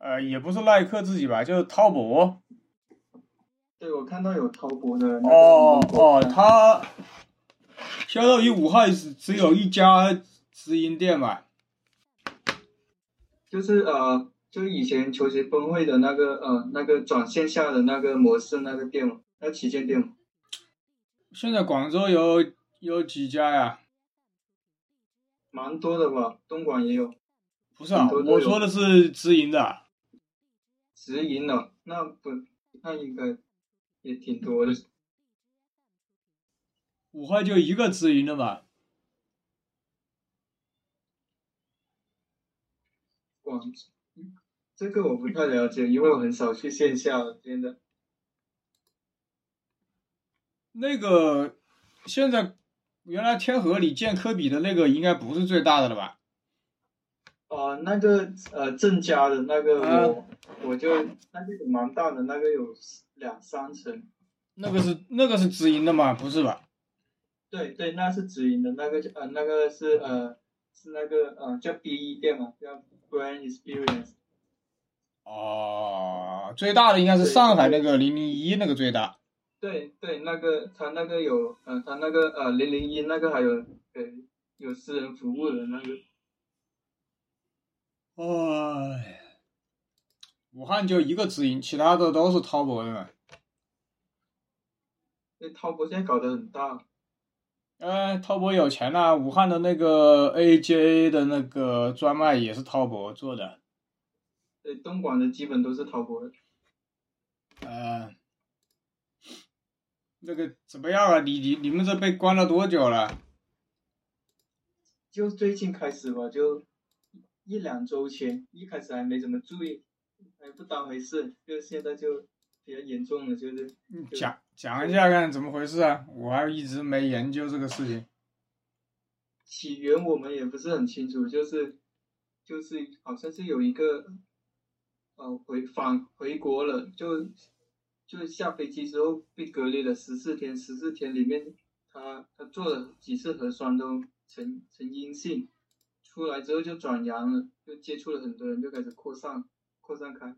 也不是耐克自己吧，就是滔博。 对，我看到有滔博的那个哦 logo， 哦，它相当于武汉只有一家直营店嘛。 就是以前球鞋崩会的那个转线下的那个模式那个店嘛，那旗舰店嘛， 现在广州有几家呀？ 蛮多的吧，东莞也有， 不是啊， 挺多都我说有。 的是直营的。 直营的，那应该也挺多的。 武汉就一个直营的嘛。 广这个我不太了解，因为我很少去线下，真的。 那个现在原来天河里建科比的那个应该不是最大的了吧？ 那个正佳的那个啊， 我就那个有蛮大的，那个有2、3层。 那个是直营的吗？不是吧？ 对对，那是直营的，那个是那个叫 BE 店嘛，叫 Brand Experience。 哦，最大的应该是对，就是上海那个001那个最大。 对对，他那个有他那个001那个还有有私人服务的那个。 哎，武汉就一个直营，其他的都是滔博的嘛。 那滔博现在搞得很大。 滔博有钱呐、武汉的那个 AJA 的那个专卖也是滔博做的。 对，东莞的基本都是滔博的。 呃，那个怎么样啊？你们这被关了多久了？ 就最近开始吧，就1、2周前，一开始还没怎么注意，还不当回事，就现在就比较严重了，就讲一下看怎么回事啊？我还一直没研究这个事情。 起源我们也不是很清楚，就是好像是有一个回国了，就下飞机之后被隔离了14天，14天里面他做了几次核酸都呈阴性，出来之后就转阳了，就接触了很多人，就开始扩散开。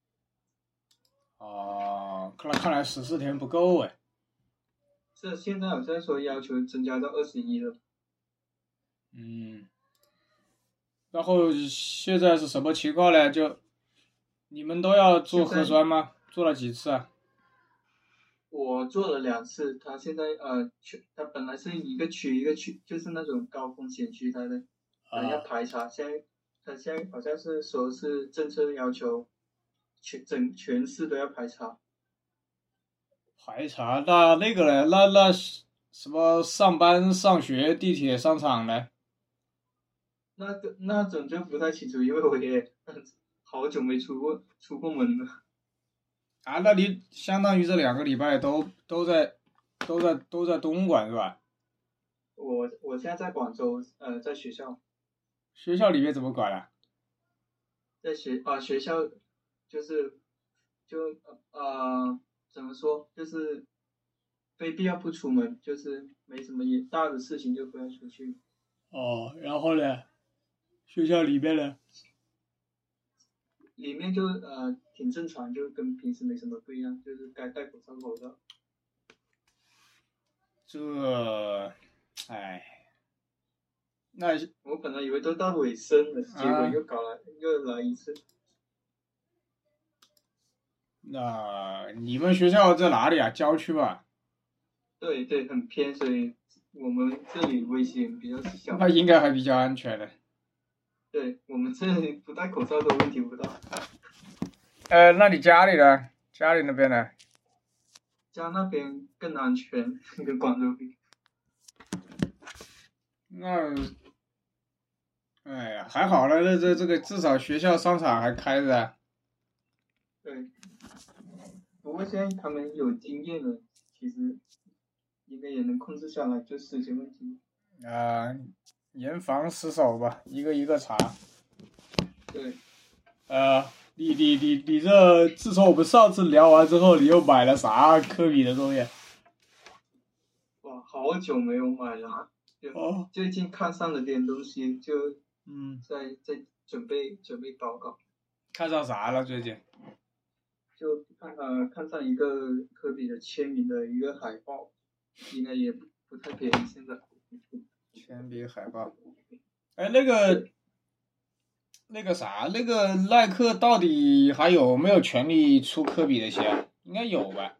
哦，看来14天不够哎。 这现在好像说要求增加到21了。 嗯，然后现在是什么情况呢？就你们都要做核现在酸吗？做了几次啊？ 我做了2次，他现在他本来是一个区一个区，就是那种高风险区，要啊， 排查，他现在好像是说是政策要求，全市都要排查。 排查那个呢？那什么上班、上学、地铁、商场呢？ 那种就不太清楚，因为我也好久没出过门了。 啊，那你相当于这2个礼拜都在东莞是吧？ 我现在在广州，在学校， 学校里面怎么管啊？ 在学校就是就怎么说，就是非必要不出门，就是没什么也大的事情就不要出去。 哦，然后呢？学校里面呢？ 里面就挺正常，就跟平时没什么不一样，就是该戴口罩。 这，哎，那我本来以为都到尾声了，结果啊， 又来一次。 那你们学校在哪里啊？郊区吧？ 对对，很偏，所以我们这里危险比较小。 那应该还比较安全的。 对，我们这里不戴口罩都问题不大。 那你家里呢？家里那边呢？ 家那边更安全，跟广州比。 那，哎呀，还好了，这个至少学校商场还开着啊。 对，不过现在他们有经验了，其实应该也能控制下来，就时间问题。 严防死守吧，一个一个查。 对， 呃，你这自从我们上次聊完之后，你又买了啥科比的东西？ 哇，好久没有买了，就哦， 最近看上了点东西，就嗯， 在准备报告。 看上啥了最近？ 就看上一个科比的签名的一个海报，应该也不太便宜现在。 铅笔海报。哎，那个啥，那个耐克到底还有没有权利出科比的鞋？应该有吧？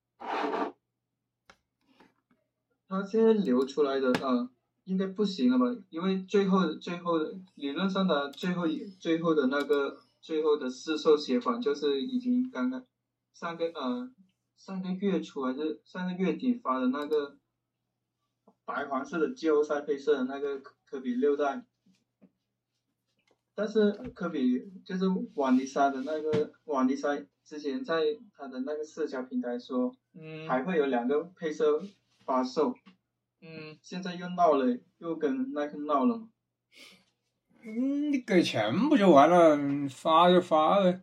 他现在流出来的应该不行了吧？因为最后的理论上的最后的那个最后的试售鞋款就是已经刚刚上个月初还是上个月底发的那个白黄色的季后赛配色的那个科比6代，但是科比就是瓦尼莎的那个瓦尼莎之前在他的那个社交平台说，还会有2个配色发售。现在又闹了，又跟耐克闹了嘛。 你给钱不就完了？发就发呗。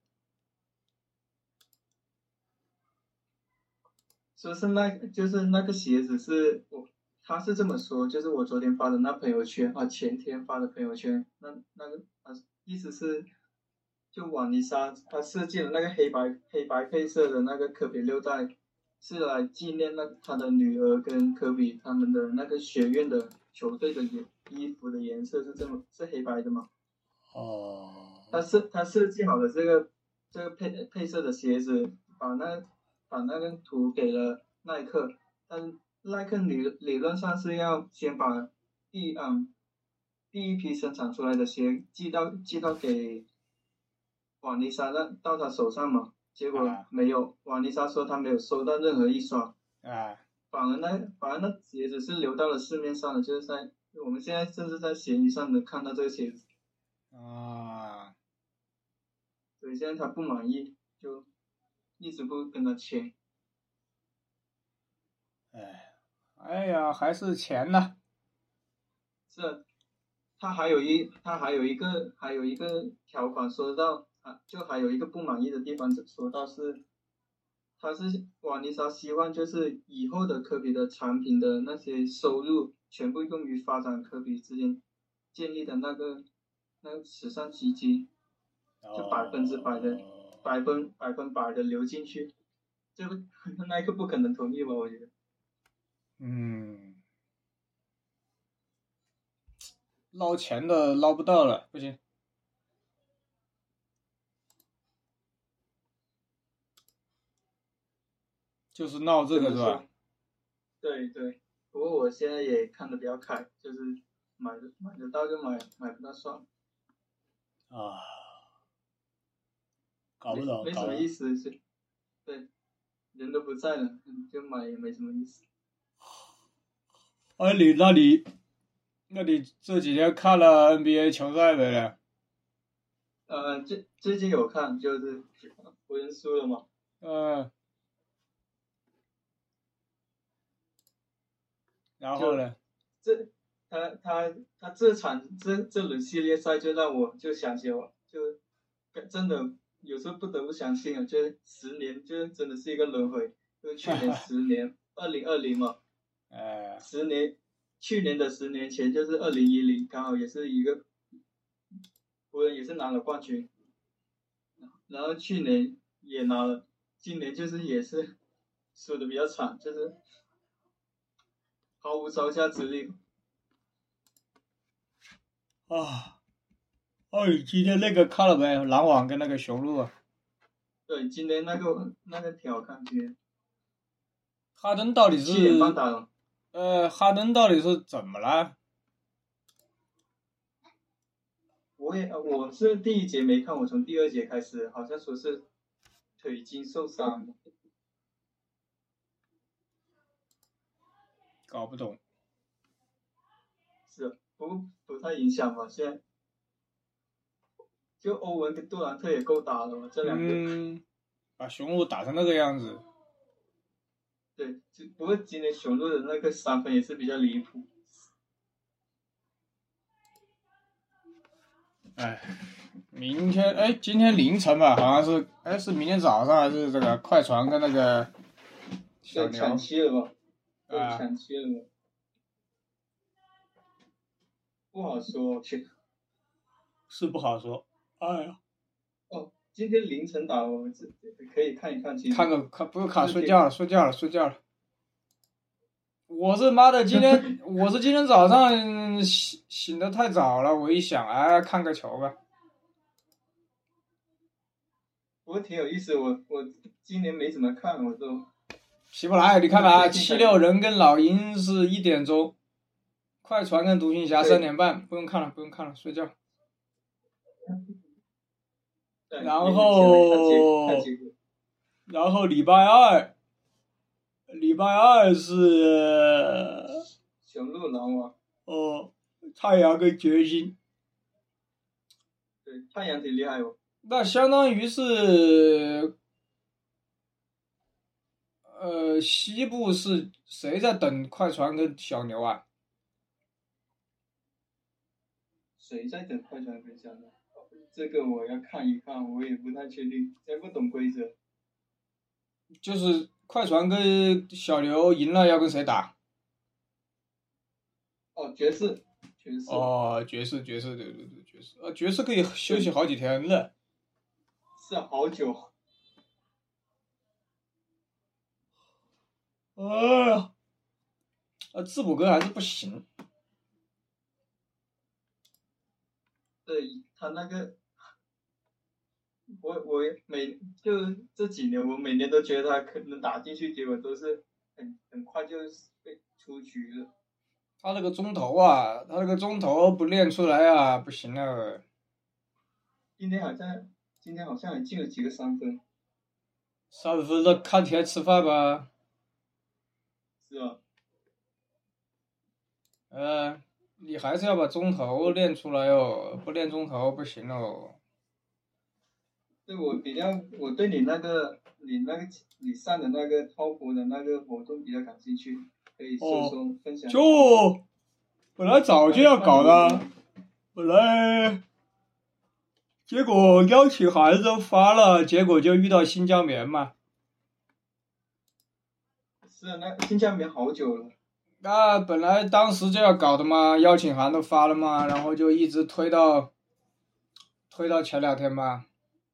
说是就是那个鞋子他是这么说，就是我昨天发的那朋友圈前天发的朋友圈，那个意思是，就瓦尼莎他设计的那个黑白配色的那个科比6代，是来纪念他的女儿跟科比他们的那个学院的球队的衣服的颜色是黑白的嘛？ 哦。 他设计好了这个配色的鞋子，把那个图给了耐克，但是耐克理论上是要先把第一批生产出来的鞋寄到给瓦尼莎到他手上嘛，结果没有，瓦尼莎说他没有收到任何一双，反而那鞋子是流到了市面上的，就是我们现在甚至在闲鱼上能看到这个鞋子。所以现在他不满意，就一直不跟他签。 哎呀，还是钱呐。 是，他还有一个条款说到就还有一个不满意的地方，说到他是瓦尼莎希望就是以后的科比的产品的那些收入全部用于发展科比之间建立的那个慈善基金，就百分百的流进去，这个耐克不可能同意吧？我觉得。 捞钱的捞不到了，不行。就是闹这个是吧？ 对对，不过我现在也看得比较开，就是买得到就买，买不到算了。 搞不懂， 没什么意思，对，人都不在了，就买也没什么意思。 哎，那你这几天看了 NBA 球赛没呢？ 最近有看，就是湖人输了嘛。 然后呢？ 他这轮系列赛就让我就想起我就真的有时候不得不相信啊，就是10年，就是真的是一个轮回。就去年10年，2020嘛，10年，去年的10年前就是2010，刚好也是一个湖人也是拿了冠军，然后去年也拿了，今年就是也是输的比较惨，就是毫无招架之力。 你今天那个看了没？篮网跟那个雄鹿。 对，今天那个挺好看，今天。 哈登到底是 7点半打了。 哈登到底是怎么了？ 我是第一节没看，我从第2节开始，好像说是腿筋受伤。 搞不懂。 是，不太影响吧？现在就欧文跟杜兰特也够打了嘛，这2个。 把雄鹿打成那个样子。 对，不过今年雄鹿的那个3分也是比较离谱。 今天凌晨吧，好像是，是明天早上还是这个快船跟那个小牛抢七了吧？抢七了嘛？不好说， 是不好说。哎呀， 今天凌晨打，我可以看一看。其实不用看，睡觉了。我是妈的，今天早上醒得太早了，我一想，哎，看个球吧。 不过挺有意思，我今年没怎么看，我都。 起不来，你看啊，76人跟老鹰是1点钟，快船跟独行侠3点半，不用看了，睡觉。然后礼拜二是雄鹿篮网。 太阳跟掘金。 对，太阳挺厉害哦。 那相当于是，西部是谁在等快船跟小牛啊？ 谁在等快船跟小牛？这个我要看一看，我也不太确定，真不懂规则。 就是快船跟小牛赢了要跟谁打？ 爵士。 爵士，对，爵士。爵士可以休息好几天了。 是好久。 字母哥还是不行。 对，他那个，我就这几年，我每年都觉得他可能打进去，结果都是很快就被出局了。 他那个中投不练出来啊，不行了。 今天好像还进了几个3分。 3分那看天吃饭吧。 是吧？ 你还是要把中投练出来哦，不练中投不行哦。 对，我对你上的那个滔博的那个活动比较感兴趣，可以说分享。 本来早就要搞的，结果邀请函都发了，结果就遇到新疆棉嘛。 是啊，那新疆棉好久了。 那本来当时就要搞的嘛，邀请函都发了嘛，然后就一直推到前2天吧。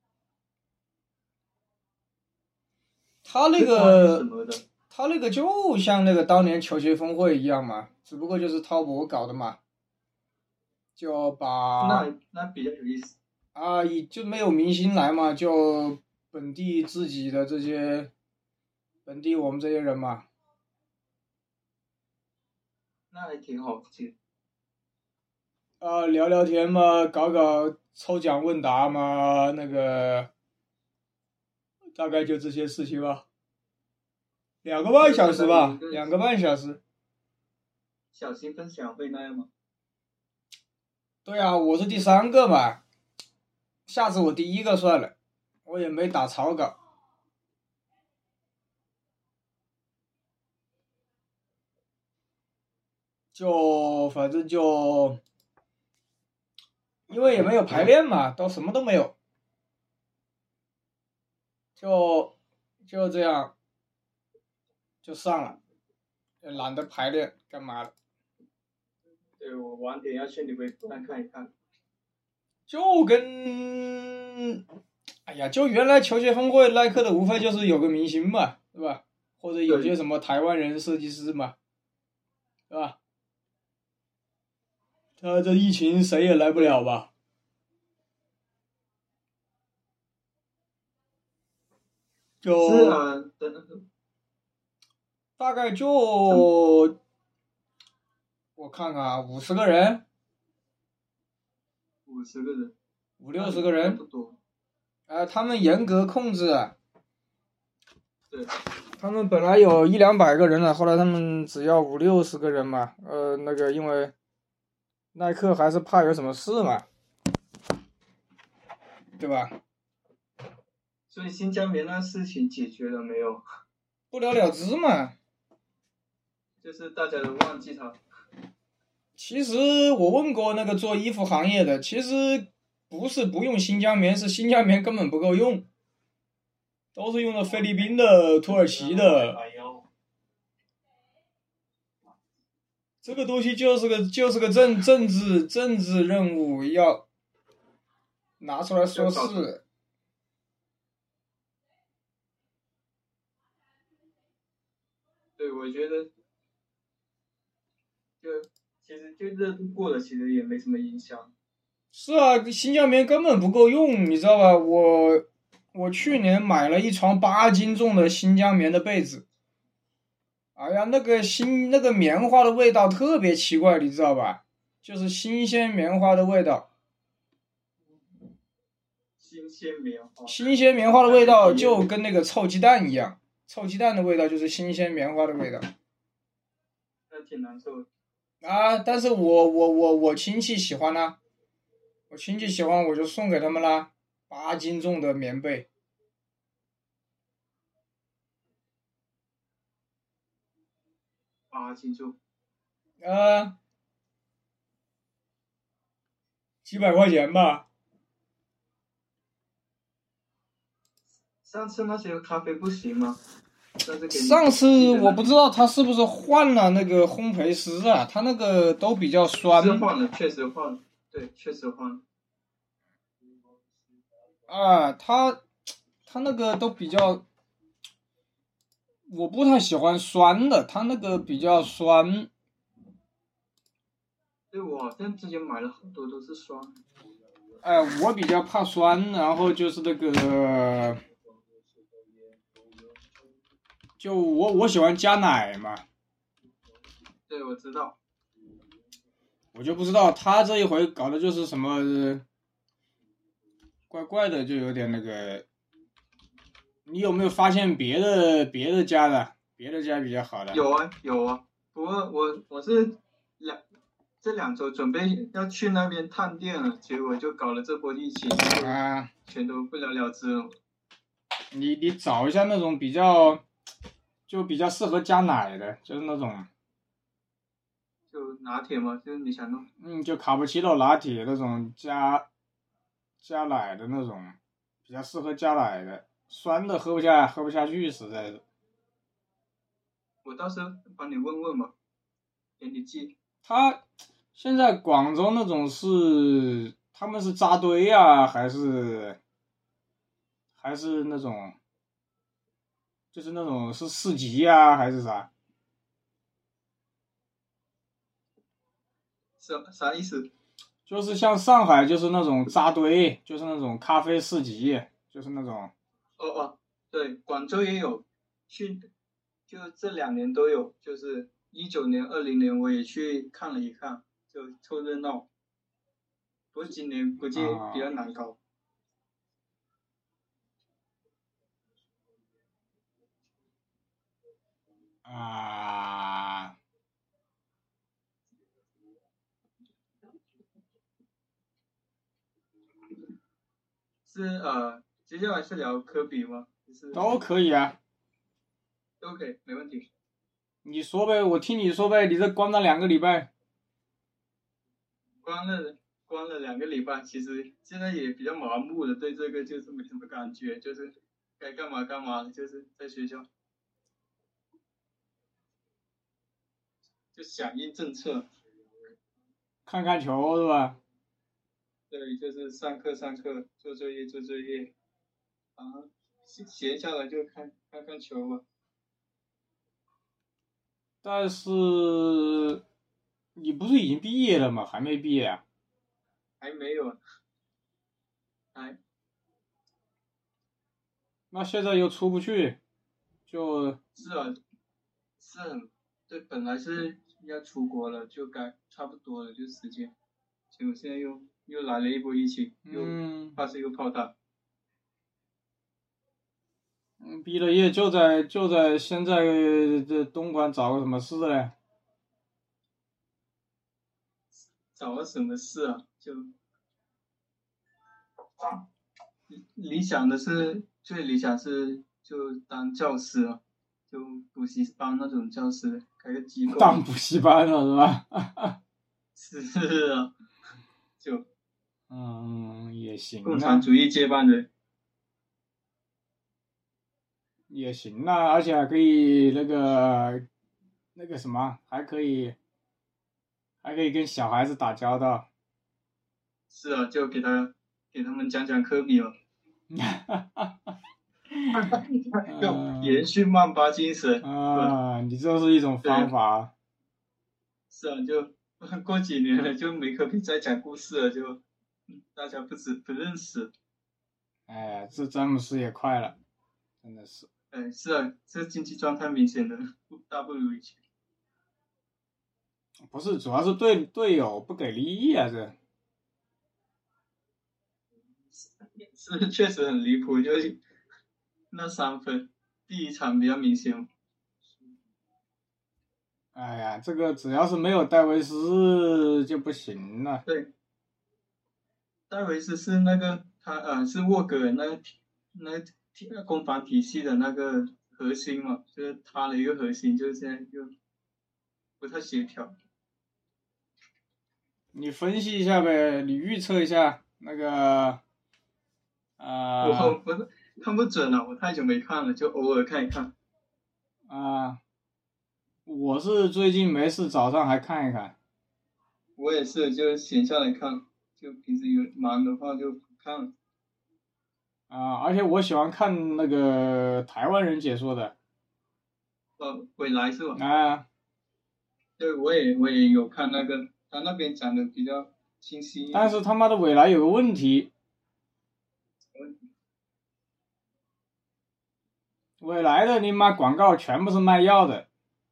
他那个就像那个当年球鞋峰会一样嘛，只不过就是滔博搞的嘛，就把那比较有意思啊，就没有明星来嘛，就本地自己的本地我们这些人嘛。 那还挺好听。 聊聊天嘛，搞抽奖问答嘛，那个大概就这些事情吧。2个半小时吧，2个半小时。 小型分享会那样吗？ 对啊，我是第3个嘛，下次我第1个算了，我也没打草稿。反正因为也没有排练嘛，都什么都没有，就这样就上了，也懒得排练干嘛的。 对，我晚点要去你微博上看一看。 就原来球鞋峰会耐克的无非就是有个明星嘛，是吧？或者有些什么台湾人设计师嘛，是吧？他这疫情谁也来不了吧？ 是啊， 大概我看看啊，50个人 ，50个人 ，50-60个人， 不多。 他们严格控制。 对。 他们本来有100-200个人了，后来他们只要50-60个人嘛。那个因为耐克还是怕有什么事嘛，对吧？ 所以新疆棉那事情解决了没有？ 不了了之嘛。 就是大家都忘记他。 其实我问过那个做衣服行业的，其实不是不用新疆棉，是新疆棉根本不够用，都是用的菲律宾的、土耳其的。这个东西就是个政治任务，要拿出来说事。 我觉得其实就热度过了，其实也没什么影响。 是啊，新疆棉根本不够用，你知道吧？我去年买了一床8斤重的新疆棉的被子，哎呀，那个棉花的味道特别奇怪，你知道吧？就是新鲜棉花的味道。 新鲜棉花， 新鲜棉花的味道就跟那个臭鸡蛋一样，臭鸡蛋的味道就是新鲜棉花的味道。 那挺难受的。 啊！但是我亲戚喜欢啦、我亲戚喜欢我就送给他们啦，8斤重的棉被。 8斤重， 呃，几百块钱吧。 上次那些咖啡不行吗？ 上次我不知道他是不是换了那个烘焙师啊，他那个都比较酸。 是换了，确实换了，对，确实换了。 啊，他那个都比较，我不太喜欢酸的，他那个比较酸。 对，我好像之前买了很多都是酸。 哎，我比较怕酸，然后就是那个，就我喜欢加奶嘛。 对，我知道。 我就不知道他这一回搞的就是什么怪怪的，就有点那个。你有没有发现别的家比较好的？ 有啊有啊，不过我是这2周准备要去那边探店了，结果就搞了这波疫情， 啊， 全都不了了之了。 你找一下那种比较适合加奶的，就是那种就拿铁嘛，就是你想弄。 就卡布奇诺拿铁那种加奶的那种，比较适合加奶的，酸的喝不下去，实在是。 我到时候帮你问问吧，给你寄。 他现在广州那种是他们是扎堆啊，还是那种就是那种是市集啊，还是啥？ 啥意思？ 就是像上海就是那种扎堆，就是那种咖啡市集，就是那种。 哦，对，广州也有，就这2年都有，就是19年、20年我也去看了一看，就凑热闹。不过今年估计比较难搞。 啊。 接下来是聊科比吗？ 都可以啊。 都可以，没问题。 你说呗，我听你说呗，你这关了2个礼拜。 关了2个礼拜，其实现在也比较麻木了，对这个就是没什么感觉，就是该干嘛干嘛，就是在学校就响应政策。 看看球是吧？ 对，就是上课，做作业，啊，闲下来就看球吧。 但是你不是已经毕业了吗？还没毕业啊？ 还没有， 那现在又出不去， 是啊，对，本来是要出国了，就该差不多了，就时间，结果现在又来了一波疫情，怕是又泡汤。 毕了业就在现在这东莞找个什么事嘞？ 找个什么事啊？就最理想是就当教师啊，就补习班那种教师，开个机构。 当补习班了是吧？ 是啊，就也行啊。 共产主义接班人。 也行啊，而且还可以那个什么，还可以跟小孩子打交道。 是啊，就给他们讲讲科比了。 延续曼巴精神啊，你这是一种方法。 是啊，就过几年了，就梅克比在讲故事了，就大家不认识。 哎，这詹姆斯也快了，真的是。 哎，是啊，这竞技状态明显的大不如以前。 不是，主要是队友不给力啊，这。 是确实很离谱，就是那3分，第一场比较明显。 哎呀，这个只要是没有戴维斯就不行了。 对，戴维斯是那个他是沃格尔那攻防体系的那个核心嘛，就是他的一个核心，就是现在就不太协调。 你分析一下呗，你预测一下那个， 我不是看不准了，我太久没看了，就偶尔看一看。 我是最近没事早上还看一看。 我也是，就闲下来看，就平时有忙的话就不看了。 而且我喜欢看那个台湾人解说的。 未来是吧？ 对， 我也有看那个，他那边讲的比较清晰。 但是他妈的未来有个问题。未来的你妈广告全部是卖药的。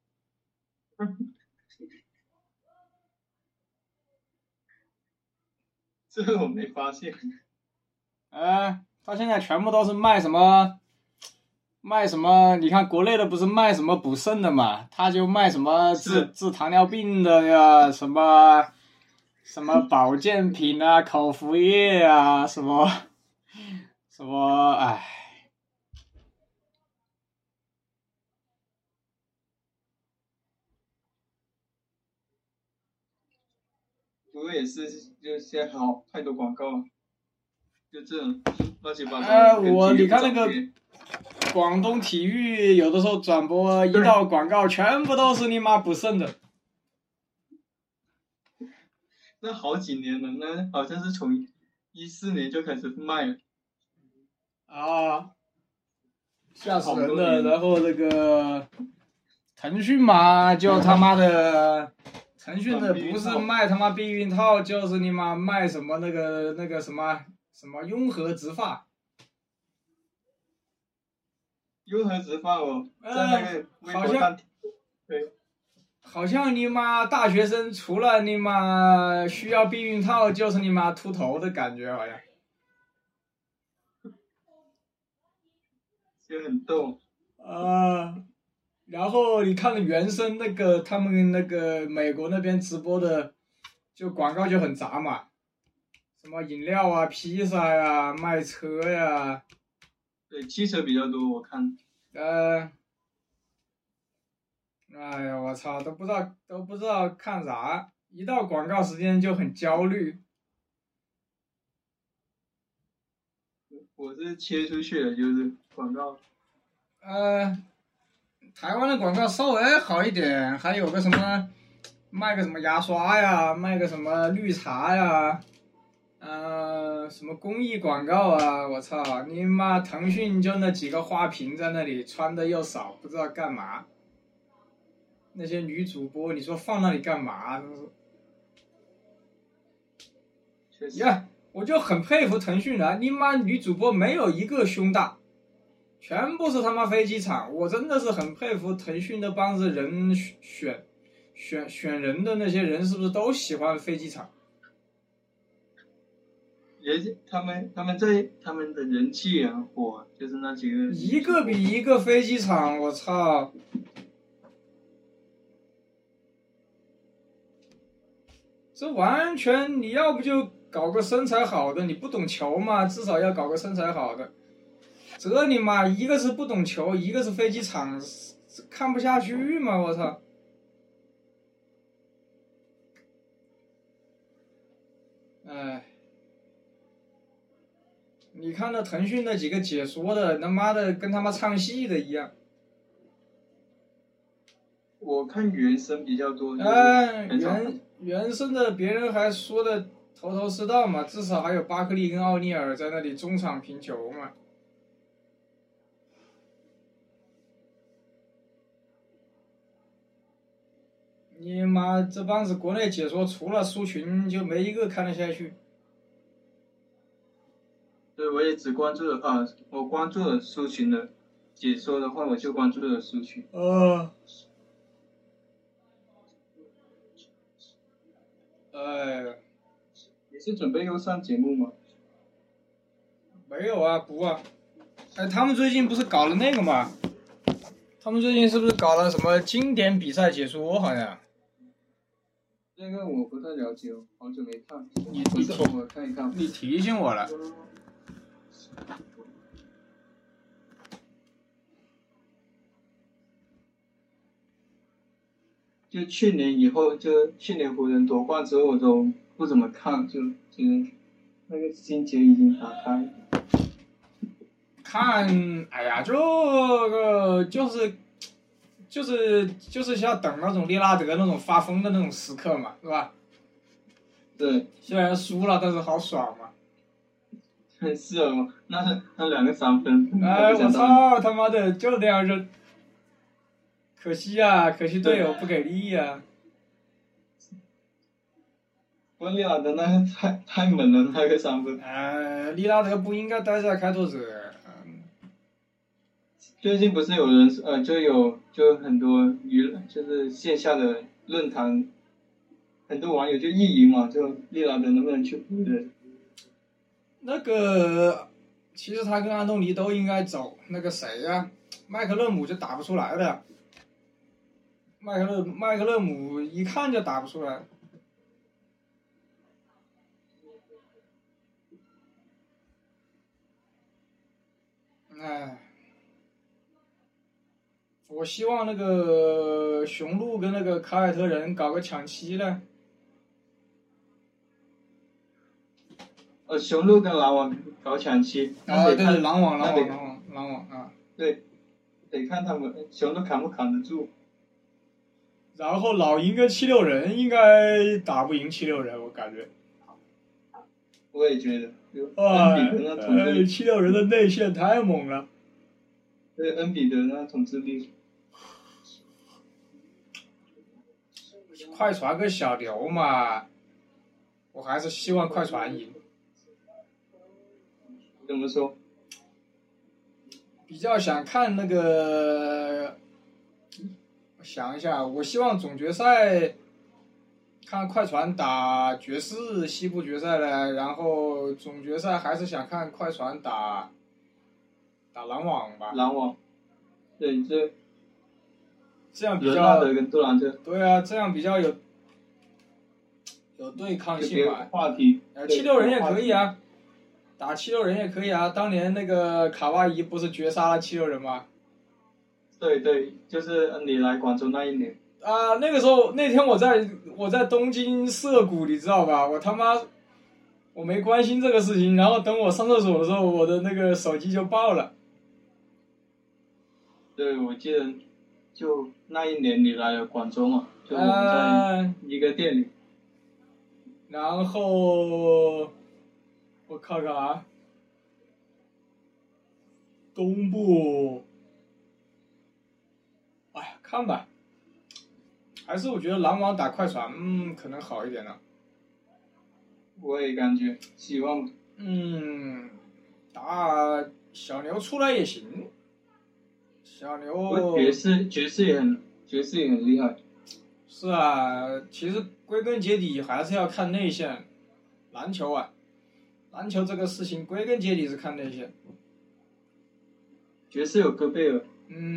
这个我没发现。 他现在全部都是卖什么？你看国内的不是卖什么补肾的嘛，他就卖什么治糖尿病的呀，什么保健品啊，口服液啊，什么，哎。 不过也是，就现在好太多广告，就这种乱七八糟。 你看那个广东体育有的时候转播一道广告，全部都是你妈补肾的。 那好几年了，那好像是从14年就开始卖了。 吓死人了！然后这个腾讯嘛，就他妈的。腾讯的不是卖他妈避孕套，就是你妈卖什么那个什么雍和植发。 雍和植发哦，在那个微博上，对， 好像你妈大学生除了你妈需要避孕套，就是你妈秃头的感觉，好像。 就很逗。 然后你看了原声那个他们那个美国那边直播的，就广告就很杂嘛，什么饮料啊、披萨呀、卖车呀。 对，汽车比较多，我看。 哎呀，我操，都不知道看啥，一到广告时间就很焦虑。 我是切出去的，就是广告。 台湾的广告稍微好一点，还有个什么卖个什么牙刷呀，卖个什么绿茶呀，什么公益广告啊，我操，你妈腾讯就那几个花瓶在那里，穿的又少，不知道干嘛。那些女主播，你说放那里干嘛？呀，我就很佩服腾讯的，你妈女主播没有一个胸大。全部是他妈飞机场，我真的是很佩服腾讯的帮子人选人的那些人，是不是都喜欢飞机场？ 他们在他们的人气也很火，就是那几个。 一个比一个飞机场，我操！这完全你要不就搞个身材好的，你不懂球嘛，至少要搞个身材好的。这你妈一个是不懂球，一个是飞机场，看不下去嘛！我操！你看那腾讯那几个解说的，他妈的跟他妈唱戏的一样。 我看原声比较多。 原声的别人还说的头头是道嘛，至少还有巴克利跟奥尼尔在那里中场评球嘛。 妈这帮子国内解说除了苏群就没一个看得下去。 对，我也只关注了啊，我关注了苏群的解说的话，我就关注了苏群。你是准备要上节目吗？ 没有啊，不啊。他们最近不是搞了那个嘛？他们最近是不是搞了什么经典比赛解说？好像。 这个我不太了解哦，好久没看。 你我看一看。 你提醒我了。 就去年以后，就去年湖人夺冠之后，我都不怎么看，就那个心结已经打开。 看，哎呀，这个就是要等那种利拉德那种发疯的那种时刻嘛，是吧？ 对。 虽然输了，但是好爽嘛。 是哦，那2个3分。 我操他妈的，就这样扔。可惜啊，可惜队友不给力呀。 利拉德那个太猛了，那个3分。 利拉德不应该待在开拓者。 最近不是有人就很多就是线下的论坛，很多网友就意淫嘛，就利拉德能不能去湖人？ 那个其实他跟安东尼都应该走，那个谁呀，麦克勒姆就打不出来的。麦克勒姆一看就打不出来。我希望那个雄鹿跟那个凯尔特人搞个抢七呢。 雄鹿跟篮网搞抢七。 对，篮网啊。 对，得看他们雄鹿扛不扛得住。 然后老鹰跟76人应该打不赢76人，我感觉。 我也觉得。恩比德那统治力。 76人的内线太猛了。 对，恩比德那统治力。 快船跟小牛嘛，我还是希望快船赢。 怎么说？ 比较想看那个，我想一下，我希望总决赛看快船打爵士西部决赛呢，然后总决赛还是想看快船打篮网吧。 篮网。对， 这样比较。 伦纳德跟杜兰特。 对啊，这样比较有对抗性嘛。 话题。 76人也可以啊。打76人也可以啊，当年那个卡哇伊不是绝杀了76人吗？ 对，就是你来广州那一年。 那个时候那天我在东京涩谷，你知道吧？我没关心这个事情，然后等我上厕所的时候，我的那个手机就爆了。 对，我记得就那一年你来了广州嘛，就我们在一个店里。 然后。我看看啊，东部，哎呀，看吧，还是我觉得篮网打快船，可能好一点呢。 我也感觉，希望。 打小牛出来也行。小牛。 爵士也很厉害。 是啊，其实归根结底还是要看内线，篮球啊。篮球这个事情归根结底是看内线。 爵士有戈贝尔。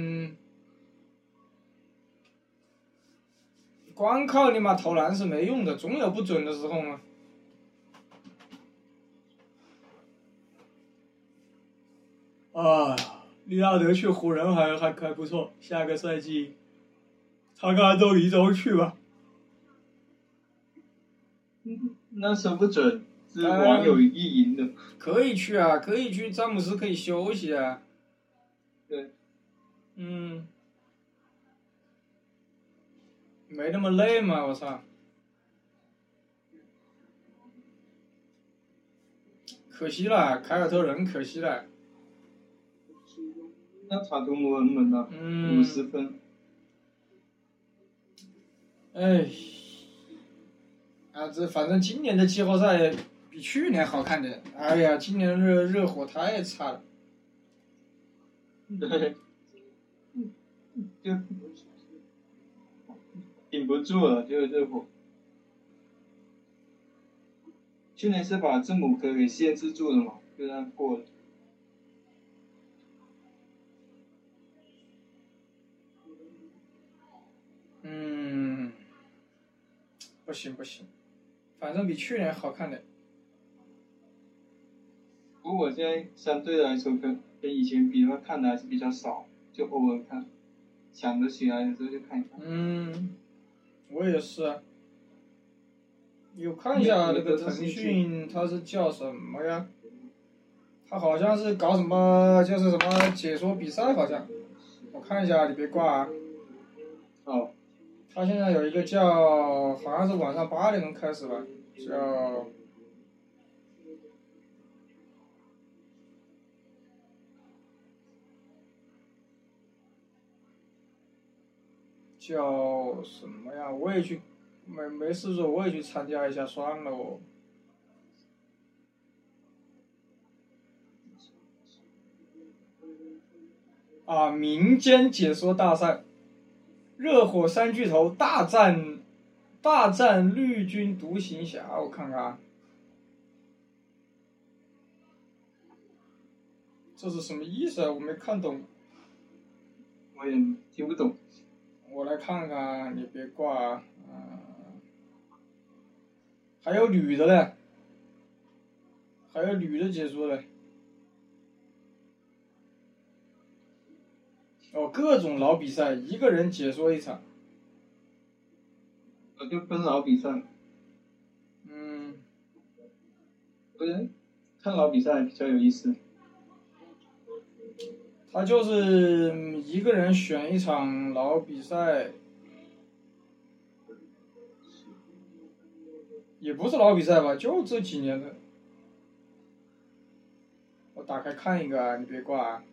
光靠你妈投篮是没用的，总有不准的时候嘛。利拉德去湖人还不错，下个赛季他跟安东尼都去吧。 那说不准。是网友意淫的。 可以去啊，可以去，詹姆斯可以休息啊。 对。 没那么累嘛，我操。可惜了，凯尔特人可惜了。 那塔图姆很猛啊，50分。 哎，这反正今年的季后赛比去年好看点。哎呀，今年的热火太差了。 对，就顶不住了，就是热火。去年是把字母哥给限制住了嘛，就这样过了。 不行不行，反正比去年好看点。 不过我现在相对来说跟以前比的话，看的还是比较少，就偶尔看，想得起来的时候就看一看。 我也是啊。有看一下那个腾讯，它是叫什么呀？它好像是搞什么，就是什么解说比赛，好像。我看一下，你别挂啊。 哦。 它现在有一个叫，好像是晚上8点钟开始吧，叫什么呀？我也去，没事做，我也去参加一下算了哦。民间解说大赛，热火三巨头大战绿军独行侠，我看看，这是什么意思啊？我没看懂。 我也听不懂。 我来看看，你别挂啊。还有女的嘞，还有女的解说嘞。各种老比赛，一个人解说一场。 就分老比赛。不是，看老比赛比较有意思。 他就是一个人选一场老比赛，也不是老比赛吧，就这几年的。我打开看一个啊，你别挂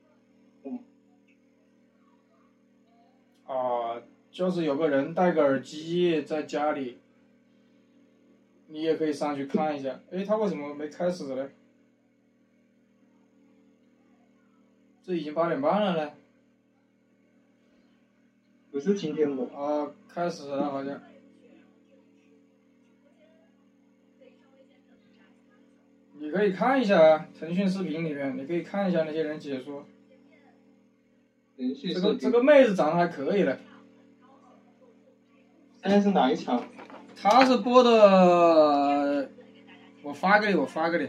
啊。就是有个人戴个耳机在家里，你也可以上去看一下。他为什么没开始呢？这已经8点半了呢。 不是今天我。 开始了好像。你可以看一下啊，腾讯视频里面，你可以看一下那些人解说。这个妹子长得还可以了。 现在是哪一场？ 他是播的，我发给你。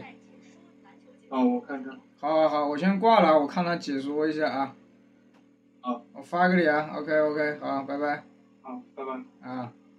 我看看。 好，我先挂了，我看他解说一下啊。 好。 我发给你啊 ，OK，好，拜拜。 好，拜拜。